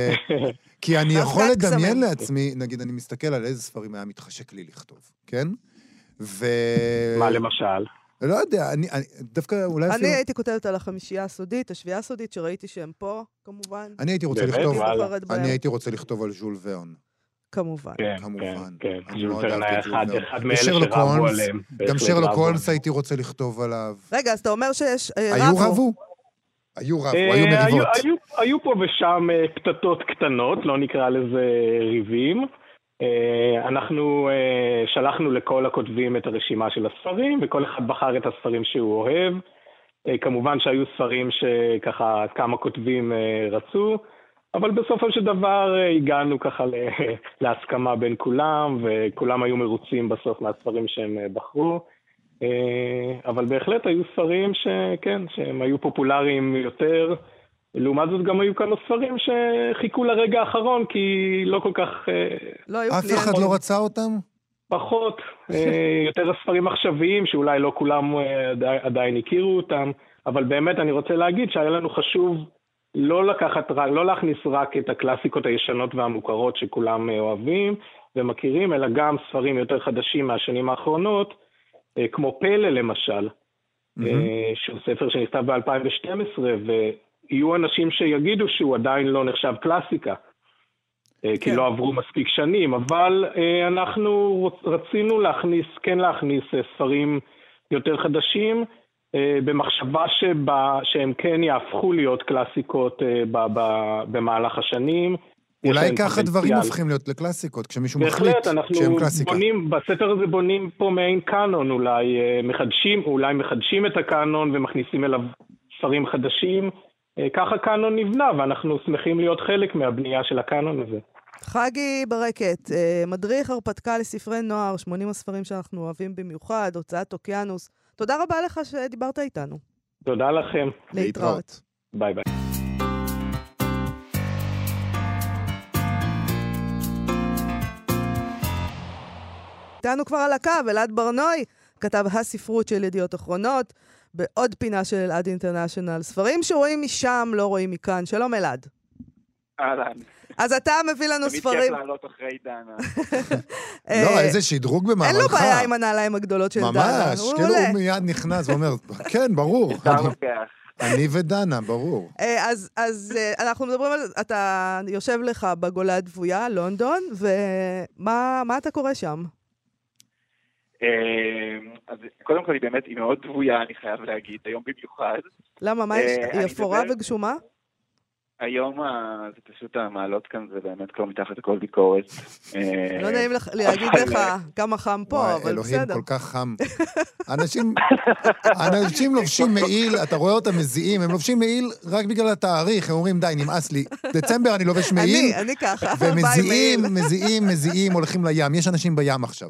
Speaker 4: כי אני יכול לדמיין לעצמי, נגיד, אני מסתכל על איזה ספרים היה מתחשק לי לכתוב, כן?
Speaker 6: מה למשל?
Speaker 4: לא יודע, דווקא אולי אפילו...
Speaker 5: אני הייתי כותבת על החמישייה הסודית, השביעה הסודית, שראיתי שהם פה, כמובן.
Speaker 4: אני הייתי רוצה לכתוב על ז'ול ורן.
Speaker 5: כמובן.
Speaker 4: כמובן.
Speaker 6: כן, ז'ול ורן היה אחד מאלה שרבו עליהם.
Speaker 4: גם שרלוק הולמס הייתי רוצה לכתוב עליו.
Speaker 5: רגע, אז אתה אומר שיש...
Speaker 4: היו מריבות.
Speaker 6: היו פה ושם קטטות קטנות, לא נקרא לזה ריבים. אנחנו שלחנו לכל הכותבים את הרשימה של הספרים, וכל אחד בחר את הספרים שהוא אוהב. כמובן שהיו ספרים שככה כמה כותבים רצו, אבל בסופו של דבר הגענו ככה להסכמה בין כולם, וכולם היו מרוצים בסוף מהספרים שהם בחרו. אבל בהחלט היו ספרים שכן, שהם היו פופולריים יותר. לעומת זאת גם היו כמה ספרים שחיכו לרגע האחרון, כי לא כל כך...
Speaker 4: אף אחד לא רצה אותם?
Speaker 6: פחות. יותר הספרים עכשוויים, שאולי לא כולם עדיין הכירו אותם. אבל באמת אני רוצה להגיד שהיה לנו חשוב לא להכניס רק את הקלאסיקות הישנות והמוכרות שכולם אוהבים ומכירים, אלא גם ספרים יותר חדשים מהשנים האחרונות, כמו פלא למשל, שהוא ספר שנכתב ב-2012, ויהיו אנשים שיגידו שהוא עדיין לא נחשב קלאסיקה, כי לא עברו מספיק שנים, אבל אנחנו רצינו להכניס ספרים יותר חדשים, במחשבה שהם כן יהפכו להיות קלאסיקות במהלך השנים.
Speaker 4: אולי ככה דברים הופכים להיות לקלאסיקות, כשמישהו מחליט שהם קלאסיקה.
Speaker 6: בספר הזה בונים פה מעין קאנון, אולי מחדשים את הקאנון ומכניסים אליו ספרים חדשים. ככה קאנון נבנה, ואנחנו שמחים להיות חלק מהבנייה של הקאנון הזה.
Speaker 5: חגי ברקת, מדריך הרפתקה לספרי נוער, 80 הספרים שאנחנו אוהבים במיוחד, הוצאת אוקיינוס. תודה רבה לך שדיברת איתנו.
Speaker 6: תודה לכם.
Speaker 5: להתראות.
Speaker 6: ביי ביי.
Speaker 5: איתנו כבר על הקו, אלעד ברנוי, כתב הספרות של ידיעות אחרונות, בעוד פינה של אלעד אינטרנשיונל. ספרים שרואים משם, לא רואים מכאן. שלום אלעד.
Speaker 7: אהלן.
Speaker 5: אז אתה מביא לנו ספרים...
Speaker 7: תמיד כיף לעלות אחרי דנה.
Speaker 4: לא, איזה שדרוג במעמדך.
Speaker 5: אין לו בעיה עם הנעליים הגדולות של דנה.
Speaker 4: ממש, כאילו הוא מיד נכנס ואומר, כן, ברור. אני ודנה, ברור.
Speaker 5: אז אנחנו מדברים על... אתה יושב לך בגולה הדבויה, לונדון, ומה אתה קורא שם?
Speaker 7: אז קודם כל היא באמת, היא מאוד דבויה, אני חייב להגיד, היום במיוחד.
Speaker 5: למה, מה יש? היא אפורה וגשומה?
Speaker 7: היום זה פשוט המעלות כאן, זה באמת כבר מתחת לכל ביקורת.
Speaker 5: לא נעים להגיד לך כמה חם פה, אבל בסדר.
Speaker 4: אלוהים, כל כך חם. אנשים לובשים מעיל, אתה רואה אותם מזיעים, הם לובשים מעיל רק בגלל התאריך, הם אומרים, די, נמאס לי. דצמבר אני לובש מעיל.
Speaker 5: אני ככה.
Speaker 4: ומזיעים, הולכים לים. יש אנשים בים עכשיו.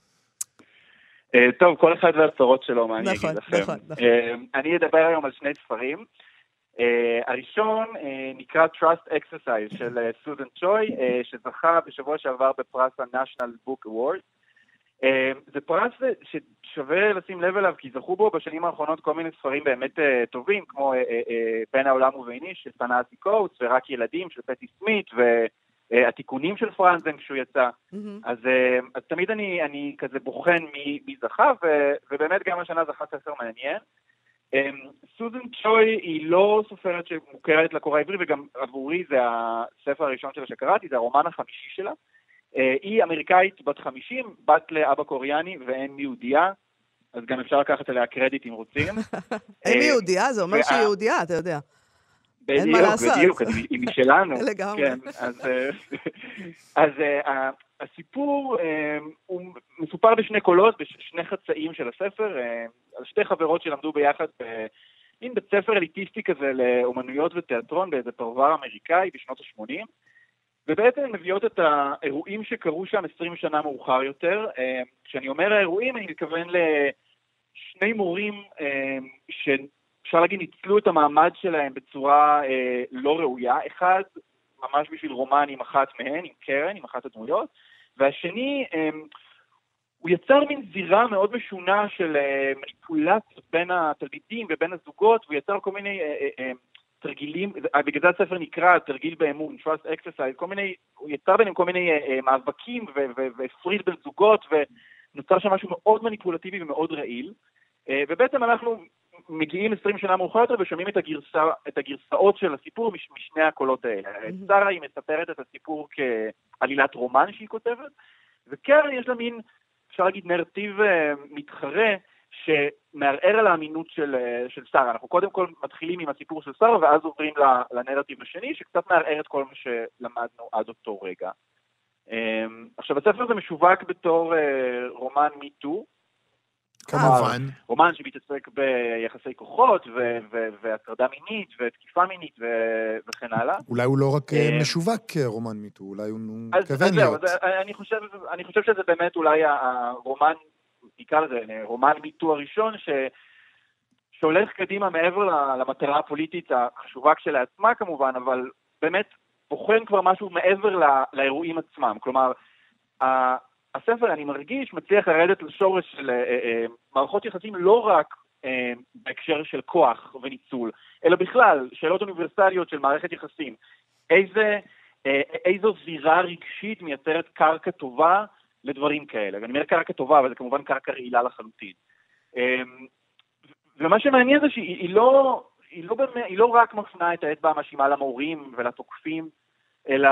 Speaker 7: טוב, כל אחד והצורות שלו, מה אני אגיד לכם.
Speaker 5: נכון.
Speaker 7: אני אדבר היום על שני ספרים. הראשון נקרא Trust Exercise של סוזן צ'וי, שזכה בשבוע שעבר בפרס ה-National Book Award. זה פרס ששווה לשים לב אליו, כי זכו בו בשנים האחרונות כל מיני ספרים באמת טובים, כמו בין העולם וביני של תנאסי קוטס, ורק ילדים של פטי סמית, והתיקונים של פרנזן כשהוא יצא. אז תמיד אני כזה בוחן מי זכה, ובאמת גם השנה זכה ספר מעניין. סוזן צ'וי היא לא סופרת שמוכרת לקורא העברי, וגם עבורי זה הספר הראשון שלה שקראתי, זה הרומן החמישי שלה. היא אמריקאית בת 50, בת לאבא קוריאני ואין יהודייה, אז גם אפשר לקחת עליה קרדיט אם רוצים.
Speaker 5: אין יהודייה? זה אומר שהיא יהודייה, אתה יודע. אין מה לעשות.
Speaker 7: בדיוק, היא משלנו.
Speaker 5: לגמרי.
Speaker 7: אז הסיפור הוא מסופר בשני קולות, בשני חצאים של הספר, על שתי חברות שלמדו ביחד עם בית ספר אליטיסטי כזה לאומנויות ותיאטרון באיזה פרבר אמריקאי בשנות ה-80, ובעצם הן מביאות את האירועים שקרו שם 20 שנה מאוחר יותר. כשאני אומר האירועים, אני מתכוון לשני מורים שאפשר להגיד ניצלו את המעמד שלהם בצורה לא ראויה. אחד ממש בשביל רומן עם אחת מהן, עם קרן, עם אחת הדמויות, והשני הוא יצר מין זירה מאוד משונה של מניפולציות בין התלמידים ובין הזוגות, והוא יצר כל מיני תרגילים, בגלל זה הספר נקרא תרגיל באמון, Trust Exercise, הוא יצר ביניהם כל מיני מאבקים והפריד בין זוגות, ונוצר שם משהו מאוד מניפולטיבי ומאוד רעיל, ובעצם אנחנו מגיעים 20 שנה מאוחר יותר ושומעים את הגרסאות של הסיפור משני הקולות האלה. שרה היא מספרת את הסיפור כעלילת רומן שהיא כותבת, וקרן יש לה מין, אפשר להגיד, נרטיב מתחרה שמערער על האמינות של שרה. אנחנו קודם כל מתחילים עם הסיפור של שרה, ואז עוברים לנרטיב השני, שקצת מערער את כל מה שלמדנו עד אותו רגע. עכשיו, הספר הזה משווק בתור רומן מיטו,
Speaker 8: כמובן.
Speaker 7: רומן שמתעסק ביחסי כוחות, והטרדה מינית, ותקיפה מינית, וכן הלאה.
Speaker 8: אולי הוא לא רק משווק כרומן מיטו, אולי הוא כוון להיות.
Speaker 7: אני חושב שזה באמת אולי הרומן, נקרא לזה, רומן מיטו הראשון, שהולך קדימה מעבר למטרה הפוליטית החשובה כשלעצמה כמובן, אבל באמת בוחן כבר משהו מעבר לאירועים עצמם. כלומר, הספר, אני מרגיש, מצליח לרדת לשורש של מערכות יחסים לא רק בהקשר של כוח וניצול, אלא בכלל, שאלות אוניברסליות של מערכת יחסים. איזו זירה רגשית מייצרת קרקע טובה לדברים כאלה. ואני אומר קרקע טובה, אבל זה כמובן קרקע רעילה לחלוטין. ומה שמעניין זה שהיא לא רק מפנה את האצבע המאשימה למורים ולתוקפים, אלא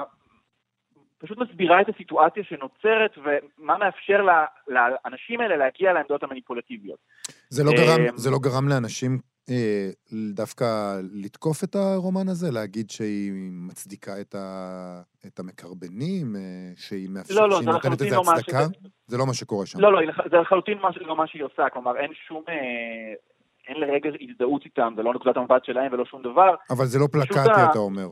Speaker 7: פשוט מסבירה את הסיטואציה שנוצרת, ומה מאפשר לאנשים האלה להגיע לעמדות המניפולטיביות.
Speaker 8: זה לא גרם לאנשים דווקא לתקוף את הרומן הזה? להגיד שהיא מצדיקה את המקרבנים? שהיא נותנת איזה הצדקה? זה לא מה שקורה שם.
Speaker 7: לא, זה לחלוטין לא מה שהיא עושה. כלומר, אין לרגע הזדהות איתם, זה לא נקודת המבט שלהם ולא שום דבר.
Speaker 8: אבל זה לא פלקטי, אתה אומר.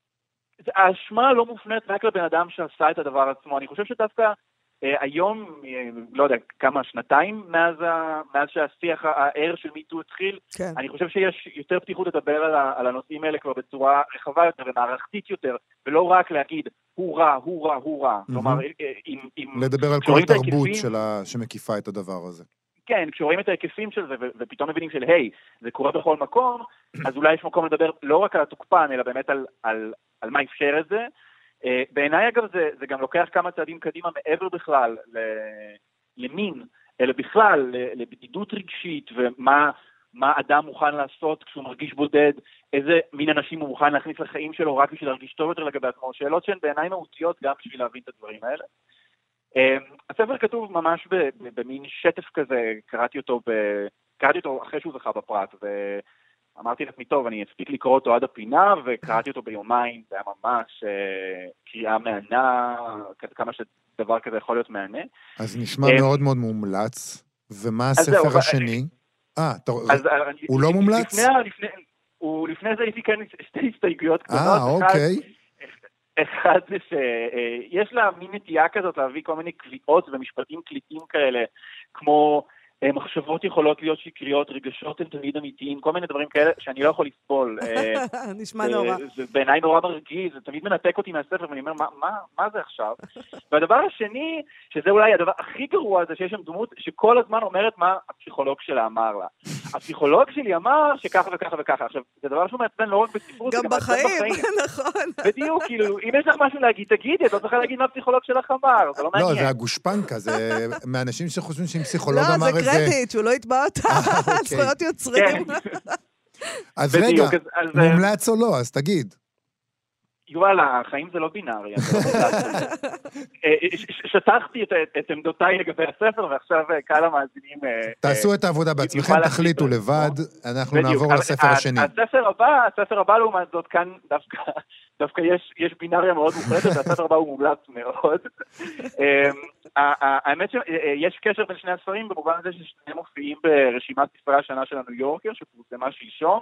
Speaker 7: האשמה לא מופנית רק לבן אדם שעשה את הדבר עצמו. אני חושב שדווקא היום, לא יודע, כמה שנתיים מאז שהשיח הער של מיטו התחיל, כן. אני חושב שיש יותר פתיחות לדבר על הנושאים האלה כבר בצורה רחבה יותר ומערכתית יותר, ולא רק להגיד, הוא רע, הוא רע, הוא רע. כלומר,
Speaker 8: לדבר על כל התרבות שמקיפה את הדבר הזה.
Speaker 7: כן, כשרואים את ההיקפים של זה, ופתאום מבינים של, היי, זה קורה בכל מקום, אז אולי יש מקום לדבר לא רק על התוקפן, אלא באמת על מה אפשר את זה. בעיניי, אגב, זה גם לוקח כמה צעדים קדימה מעבר בכלל למין, אלא בכלל לבדידות רגשית, ומה אדם מוכן לעשות כשהוא מרגיש בודד, איזה מין אנשים הוא מוכן להכניס לחיים שלו רק בשביל להרגיש טוב יותר לגבי עצמו. שאלות שהן בעיניי מהותיות גם בשביל להבין את הדברים האלה. הספר כתוב ממש במין שטף כזה, קראתי אותו אחרי שהוא זכה בפרס, ואמרתי לעצמי טוב, אני אספיק לקרוא אותו עד הפינה, וקראתי אותו ביומיים, זה היה ממש קריאה מענה, כמה שדבר כזה יכול להיות מענה.
Speaker 8: אז נשמע מאוד מאוד מומלץ, ומה הספר השני? הוא לא מומלץ?
Speaker 7: לפני זה הייתי כאן שתי הסתייגויות קטנות.
Speaker 8: אוקיי.
Speaker 7: אחד זה שיש לה מין נטייה כזאת להביא כל מיני קליעות ומשפטים קליטים כאלה, כמו מחשבות יכולות להיות שקריות, רגשות הם תמיד אמיתיים, כל מיני דברים כאלה שאני לא יכול לסבול.
Speaker 5: נשמע נורא.
Speaker 7: זה בעיניי נורא מרגיז, זה תמיד מנתק אותי מהספר, ואני אומר, מה זה עכשיו? והדבר השני, שזה אולי הדבר הכי גרוע, זה שיש שם דמות שכל הזמן אומרת מה הפסיכולוג שלה אמר לה. הפסיכולוג שלי אמר שככה וככה וככה. עכשיו, זה דבר שהוא מעצבן לא רק בספרות,
Speaker 5: גם בחיים, נכון.
Speaker 7: בדיוק, כאילו, אם יש לך משהו להגיד, תגידי, את לא צריכה להגיד מה הפסיכולוג שלך אמר, זה לא מעניין.
Speaker 8: לא, זה הגושפנקה, זה מאנשים שחושבים שאם פסיכולוג אמר את זה...
Speaker 5: קרדיט, שהוא לא יתבע אותה, זכויות יוצרים.
Speaker 8: אז רגע, מומלץ או לא, אז תגיד.
Speaker 7: יואל, החיים זה לא בינארי. שטחתי את עמדותיי לגבי הספר, ועכשיו קהל המאזינים...
Speaker 8: תעשו את העבודה בעצמכם, תחליטו לבד, אנחנו נעבור לספר השני.
Speaker 7: הספר הבא לעומת זאת, כאן דווקא יש בינאריה מאוד מוחלטת, והספר הבא הוא מומלץ מאוד. האמת שיש קשר בין שני הספרים, במובן הזה ששניהם מופיעים ברשימת ספרי השנה של הניו יורקר, שפורסמה שלשום,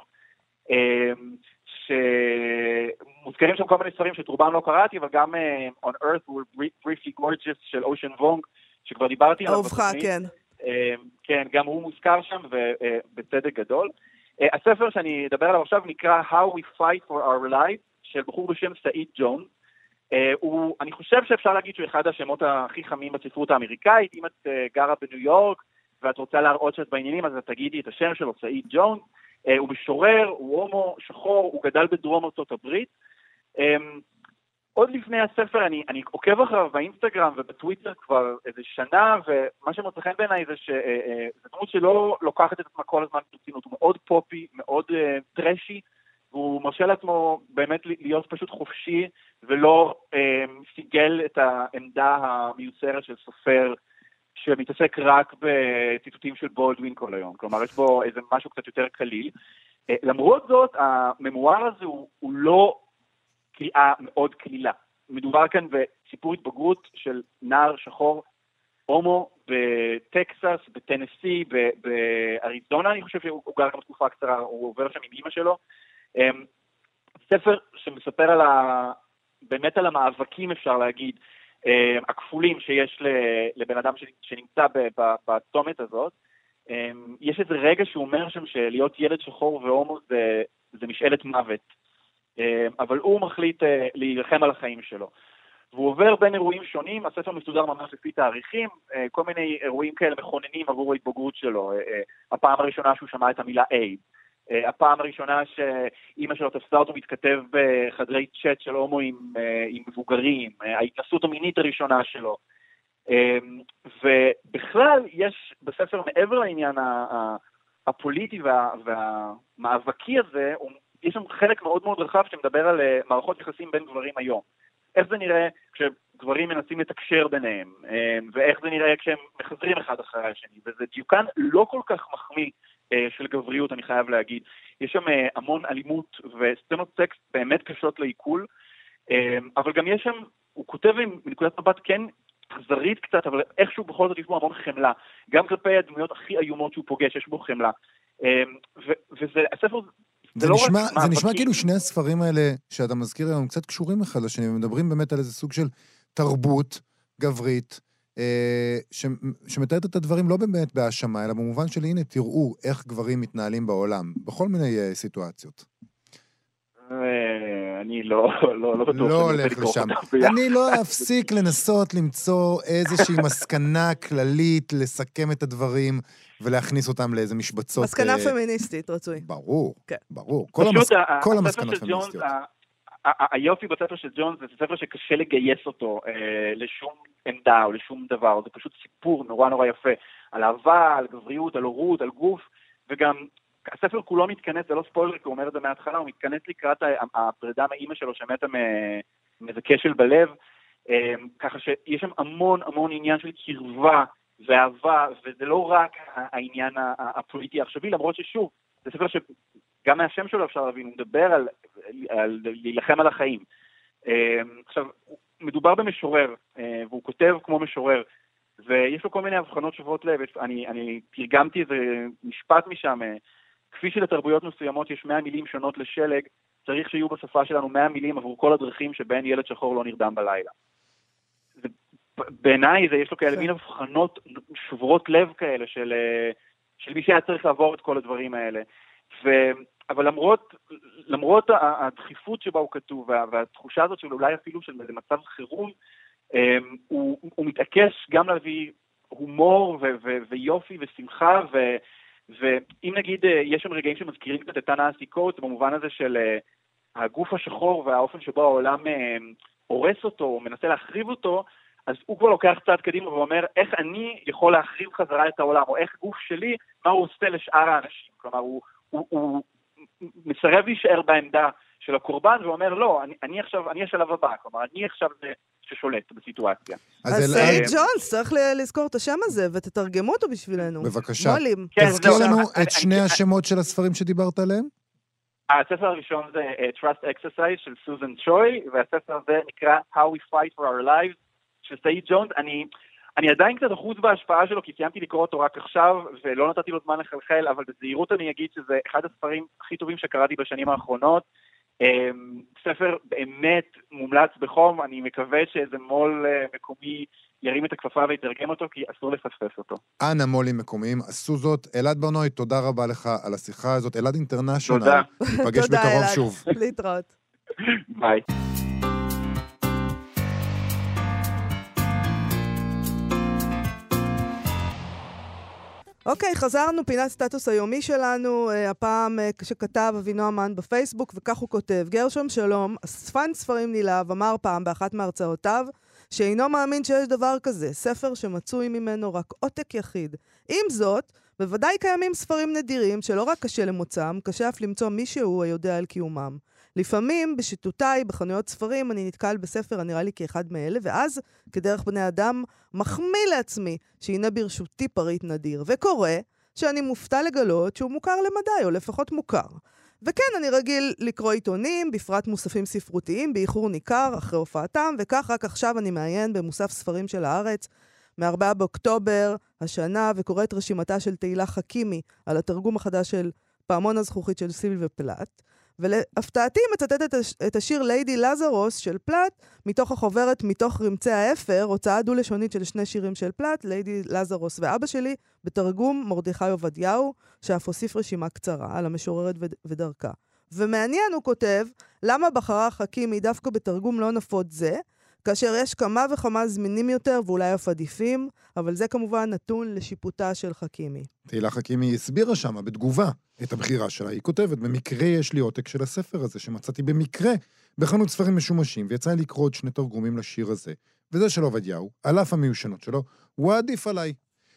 Speaker 7: שמוזכרים שם כל מיני ספרים שתרובם לא קראתי, אבל גם On Earth We're Briefly Gorgeous של אושן וונג, שכבר דיברתי עליו.
Speaker 5: אהובך, כן.
Speaker 7: כן, גם הוא מוזכר שם, ובצדק גדול. הספר שאני אדבר עליו עכשיו נקרא How We Fight for Our Lives, של בחור בשם סעיד ג'ון. אני חושב שאפשר להגיד שהוא אחד השמות הכי חמים בספרות האמריקאית. אם את גרה בניו יורק ואת רוצה להראות שאת בעניינים, אז את תגידי את השם שלו, סעיד ג'ונס. הוא משורר, הוא הומו, שחור, הוא גדל בדרום ארצות הברית. עוד לפני הספר, אני עוקב אחריו באינסטגרם ובטוויטר כבר איזה שנה, ומה שמוצא חן בעיניי זה שזה דמות שלא לוקחת את עצמה כל הזמן ברצינות, הוא מאוד פופי, מאוד טרשי, והוא מרשה לעצמו באמת להיות פשוט חופשי, ולא סיגל את העמדה המיוצרת של סופר, שמתעסק רק בציטוטים של בולדווין כל היום. כלומר, יש בו איזה משהו קצת יותר קליל. למרות זאת, הממואר הזה הוא לא קליעה מאוד קלילה. מדובר כאן בסיפור התבגרות של נער שחור, הומו, בטקסס, בטנסי, באריזונה, אני חושב שהוא גר גם תקופה קצרה, הוא עובר שם עם אמא שלו. ספר שמספר באמת על המאבקים, אפשר להגיד, הכפולים שיש לבן אדם שנמצא בצומת הזאת. יש איזה רגע שהוא אומר שם שלהיות ילד שחור והומו זה משאלת מוות, אבל הוא מחליט להילחם על החיים שלו. והוא עובר בין אירועים שונים, הספר מסודר ממש לפי תאריכים, כל מיני אירועים כאלה מכוננים עבור ההתבגרות שלו. הפעם הראשונה שהוא שמע את המילה אייד, הפעם הראשונה שאימא שלו תפסה אותו מתכתב בחדרי צ'אט של הומואים עם מבוגרים, ההתנסות המינית הראשונה שלו. ובכלל יש בספר מעבר לעניין הפוליטי והמאבקי הזה, יש שם חלק מאוד מאוד רחב שמדבר על מערכות יחסים בין גברים היום. איך זה נראה כשגברים מנסים לתקשר ביניהם, ואיך זה נראה כשהם מחזרים אחד אחרי השני, וזה דיוקן לא כל כך מחמיא של גבריות, אני חייב להגיד. יש שם המון אלימות וסצנות סקס באמת קשות לעיכול, אבל גם יש שם, הוא כותב עם נקודת מבט כן חזרית קצת, אבל איכשהו בכל זאת יש בו המון חמלה. גם כלפי הדמויות הכי איומות שהוא פוגש, יש בו חמלה. וזה, הספר...
Speaker 4: זה נשמע כאילו שני הספרים האלה שאתה מזכיר היום קצת קשורים אחד לשני, ומדברים באמת על איזה סוג של תרבות גברית, שמתארת את הדברים לא באמת בהאשמה, אלא במובן של הנה תראו איך גברים מתנהלים בעולם, בכל מיני סיטואציות.
Speaker 7: אני לא בטוח.
Speaker 4: לא הולך לשם. אני לא אפסיק לנסות למצוא איזושהי מסקנה כללית, לסכם את הדברים ולהכניס אותם לאיזה משבצות.
Speaker 5: מסקנה פמיניסטית, רצוי.
Speaker 4: ברור, ברור. כל המסקנות פמיניסטיות.
Speaker 7: היופי בספר של ג'ונס זה ספר שקשה לגייס אותו לשום עמדה או לשום דבר, זה פשוט סיפור נורא נורא יפה, על אהבה, על גבריות, על הורות, על גוף, וגם הספר כולו מתכנס, זה לא ספוילר, כי הוא אומר את זה מההתחלה, הוא מתכנס לקראת הפרידה מאמא שלו שמתה מאיזה כשל בלב, ככה שיש שם המון המון עניין של קרבה ואהבה, וזה לא רק העניין הפוליטי העכשווי, למרות ששוב, זה ספר שגם מהשם שלו אפשר להבין, הוא מדבר על להילחם על החיים. עכשיו, מדובר במשורר, והוא כותב כמו משורר, ויש לו כל מיני הבחנות שוות לב, אני תרגמתי איזה משפט משם, כפי שלתרבויות מסוימות יש 100 מילים שונות לשלג, צריך שיהיו בשפה שלנו 100 מילים עבור כל הדרכים שבהן ילד שחור לא נרדם בלילה. בעיניי יש לו כאלה מין הבחנות שוברות לב כאלה של מי שהיה צריך לעבור את כל הדברים האלה. אבל למרות הדחיפות שבה הוא כתוב, והתחושה הזאת של אולי אפילו של מצב חירום, הוא מתעקש גם להביא הומור ויופי ושמחה, ואם נגיד יש שם רגעים שמזכירים קצת את טה-נהסי קוטס, במובן הזה של הגוף השחור והאופן שבו העולם הורס אותו, או מנסה להחריב אותו, אז הוא כבר לוקח צעד קדימה ואומר, איך אני יכול להחריב חזרה את העולם, או איך גוף שלי, מה הוא עושה לשאר האנשים. כלומר, הוא מסרב להישאר בעמדה של הקורבן, ואומר, לא, אני השלב הבא, כלומר, אני עכשיו ששולט בסיטואציה.
Speaker 5: אז ג'ונס, צריך לזכור את השם הזה, ותתרגמו אותו בשבילנו.
Speaker 4: בבקשה. תזכיר לנו את שני השמות של הספרים שדיברת עליהם?
Speaker 7: הספר הראשון זה Trust Exercise של סוזן צ'וי, והספר הזה נקרא How We Fight for Our Lives של סעיד ג'ונס. אני עדיין קצת אחוז בהשפעה שלו, כי סיימתי לקרוא אותו רק עכשיו, ולא נתתי לו זמן לחלחל, אבל בזהירות אני אגיד שזה אחד הספרים הכי טובים שקראתי בשנים האחרונות. ספר באמת מומלץ בחום, אני מקווה שאיזה מול מקומי ירים את הכפפה ויתרגם אותו, כי אסור לפספס אותו.
Speaker 4: אנא מולים מקומיים, עשו זאת. אלעד ברנועי, תודה רבה לך על השיחה הזאת. אלעד אינטרנשיונל.
Speaker 7: תודה.
Speaker 4: ניפגש בקרוב שוב.
Speaker 5: להתראות.
Speaker 7: ביי.
Speaker 5: אוקיי, חזרנו, פינת סטטוס היומי שלנו, הפעם שכתב אבינועם מן בפייסבוק, וכך הוא כותב, גרשום שלום, אספן ספרים נלהב, אמר פעם באחת מהרצאותיו, שאינו מאמין שיש דבר כזה, ספר שמצוי ממנו רק עותק יחיד. עם זאת, בוודאי קיימים ספרים נדירים שלא רק קשה למוצאם, קשה אף למצוא מישהו היודע על קיומם. לפעמים, בשיטותיי, בחנויות ספרים, אני נתקל בספר הנראה לי כאחד מאלה, ואז, כדרך בני אדם, מחמיא לעצמי שהנה ברשותי פריט נדיר, וקורא שאני מופתע לגלות שהוא מוכר למדי, או לפחות מוכר. וכן, אני רגיל לקרוא עיתונים, בפרט מוספים ספרותיים, באיחור ניכר, אחרי הופעתם, וכך רק עכשיו אני מעיין במוסף ספרים של הארץ, מ-4 באוקטובר השנה, וקורא את רשימתה של תהילה חכימי, על התרגום החדש של פעמון הזכוכית של סילביה פלט, ולהפתעתי מצטט את השיר ליידי לזרוס של פלט, מתוך החוברת מתוך רמצי האפר, הוצאה דו-לשונית של 2 שירים של פלט, ליידי לזרוס ואבא שלי, בתרגום מרדכי עובדיהו, שאף הוסיף רשימה קצרה על המשוררת ודרכה. ומעניין, הוא כותב, למה בחרה חכימי דווקא בתרגום לא נפוץ זה, כאשר יש כמה וכמה זמינים יותר ואולי אף עדיפים, אבל זה כמובן נתון לשיפוטה של חכימי.
Speaker 8: תהילה חכימי הסבירה שמה בתגובה את הבחירה שלה. היא כותבת, במקרה יש לי עותק של הספר הזה שמצאתי במקרה בחנות ספרים משומשים, ויצא לי לקרוא עוד 2 תרגומים לשיר הזה, וזה של עובדיהו, על אף המיושנות שלו, הוא עדיף עליי.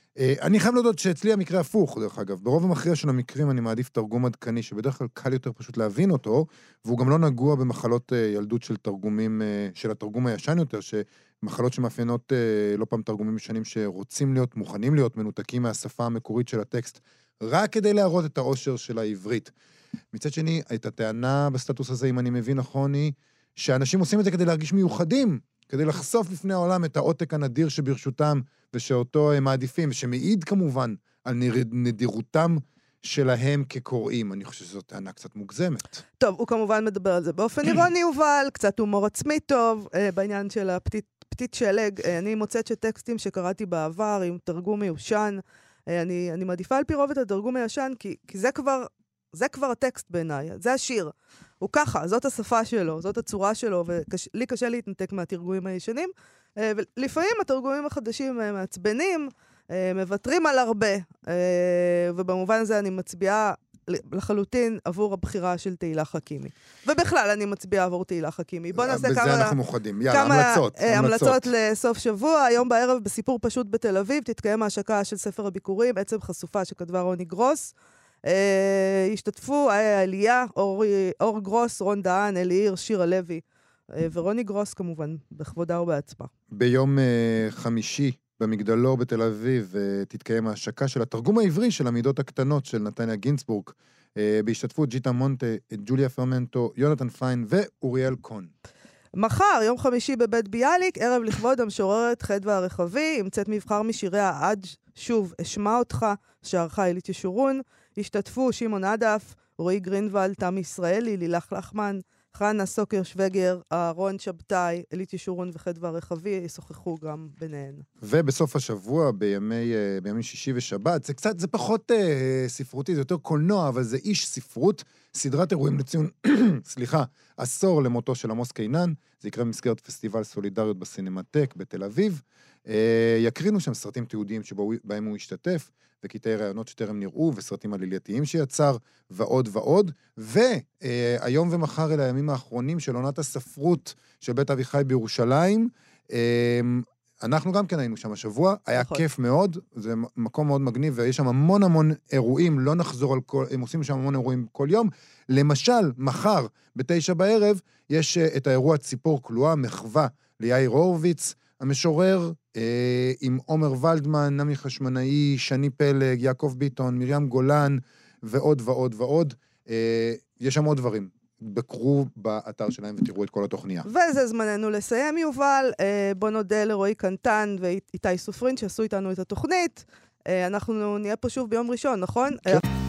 Speaker 8: אני חייב להודות שאצלי המקרה הפוך, דרך אגב. ברוב המכריע של המקרים אני מעדיף תרגום עדכני, שבדרך כלל קל יותר פשוט להבין אותו, והוא גם לא נגוע במחלות ילדות של תרגומים, של התרגום הישן יותר, שמחלות שמאפיינות לא פעם תרגומים ישנים שרוצים להיות, מוכנים להיות מנותקים מהשפה המקורית של הטקסט, רק כדי להראות את העושר של העברית. מצד שני, את הטענה בסטטוס הזה, אם אני מבין נכון, היא שאנשים עושים את זה כדי להרגיש מיוחדים, כדי לחשוף לפני העולם את העותק הנדיר שברשותם, ושאותו הם מעדיפים, ושמעיד כמובן על נדירותם שלהם כקוראים. אני חושב שזאת טענה קצת מוגזמת.
Speaker 5: טוב, הוא כמובן מדבר על זה באופן אירוני, יובל, קצת הומור עצמי טוב, בעניין של הפתית שלג. אני מוצאת שטקסטים שקראתי בעבר עם תרגום מיושן, אני מעדיפה על פי רוב את התרגום הישן, כי זה כבר הטקסט בעיניי, זה השיר. הוא ככה, זאת השפה שלו, זאת הצורה שלו, ולי קשה להתנתק מהתרגומים הישנים, ולפעמים התרגומים החדשים מעצבנים, מבטרים על הרבה, ובמובן הזה אני מצביעה לחלוטין עבור הבחירה של תהילה חכימי. ובכלל אני מצביעה עבור תהילה חכימי. בוא נעשה
Speaker 8: בזה אנחנו מוכנים. יאללה,
Speaker 5: המלצות לסוף שבוע. היום בערב בסיפור פשוט בתל אביב תתקיים ההשקה של ספר הביקורים, עצם חשופה שכתבה רוני גרוס. השתתפו אליה, אור גרוס, רון דהן, אליר, שירה לוי, ורוני גרוס כמובן, בכבודה ובעצמה.
Speaker 8: ביום חמישי במגדלור בתל אביב תתקיים ההשקה של התרגום העברי של המידות הקטנות של נתניה גינצבורג, בהשתתפות ג'יטה מונטה, ג'וליה פרמנטו, יונתן פיין ואוריאל קון.
Speaker 5: מחר, יום חמישי בבית ביאליק, ערב לכבוד המשוררת חדווה הרחבי, ימצאת מבחר משיריה עד שוב אשמע אותך, שערכה אלית ישורון, השתתפו שמעון עדף, רועי גרינוולד, תמי ישראלי, לילך לחמן, חנה סוקר שווגר, אהרון שבתאי, אלית ישורון וחדווה הרחבי, ישוחחו גם ביניהן.
Speaker 8: ובסוף השבוע, בימי שישי ושבת, זה פחות ספרותי, זה יותר קולנוע, אבל זה איש ספרות, סדרת אירועים לציון, עשור למותו של עמוס קינן, זה יקרה במסגרת פסטיבל סולידריות בסינמטק בתל אביב, יקרינו שם סרטים תיעודיים שבהם הוא השתתף, וקטעי רעיונות שטרם נראו, וסרטים עלילתיים שיצר, ועוד ועוד, והיום ומחר אלה הימים האחרונים של עונת הספרות של בית אביחי בירושלים, אנחנו גם כן היינו שם השבוע, היה כיף מאוד, זה מקום מאוד מגניב, ויש שם המון אירועים, לא נחזור על כל, הם עושים שם המון אירועים כל יום, למשל, מחר, ב9 בערב, יש את האירוע ציפור כלואה, מחווה ליאיר הורוביץ, המשורר עם עומר ולדמן, נמי חשמנאי, שני פלג, יעקב ביטון, מרים גולן, ועוד ועוד ועוד. יש שם עוד דברים. בקרו באתר שלהם ותראו את כל התוכניה.
Speaker 5: וזה זמננו לסיים, יובל. בוא נודה לרועי קנטן ואיתי סופרין שעשו איתנו את התוכנית. אנחנו נהיה פה שוב ביום ראשון, נכון?
Speaker 8: כן.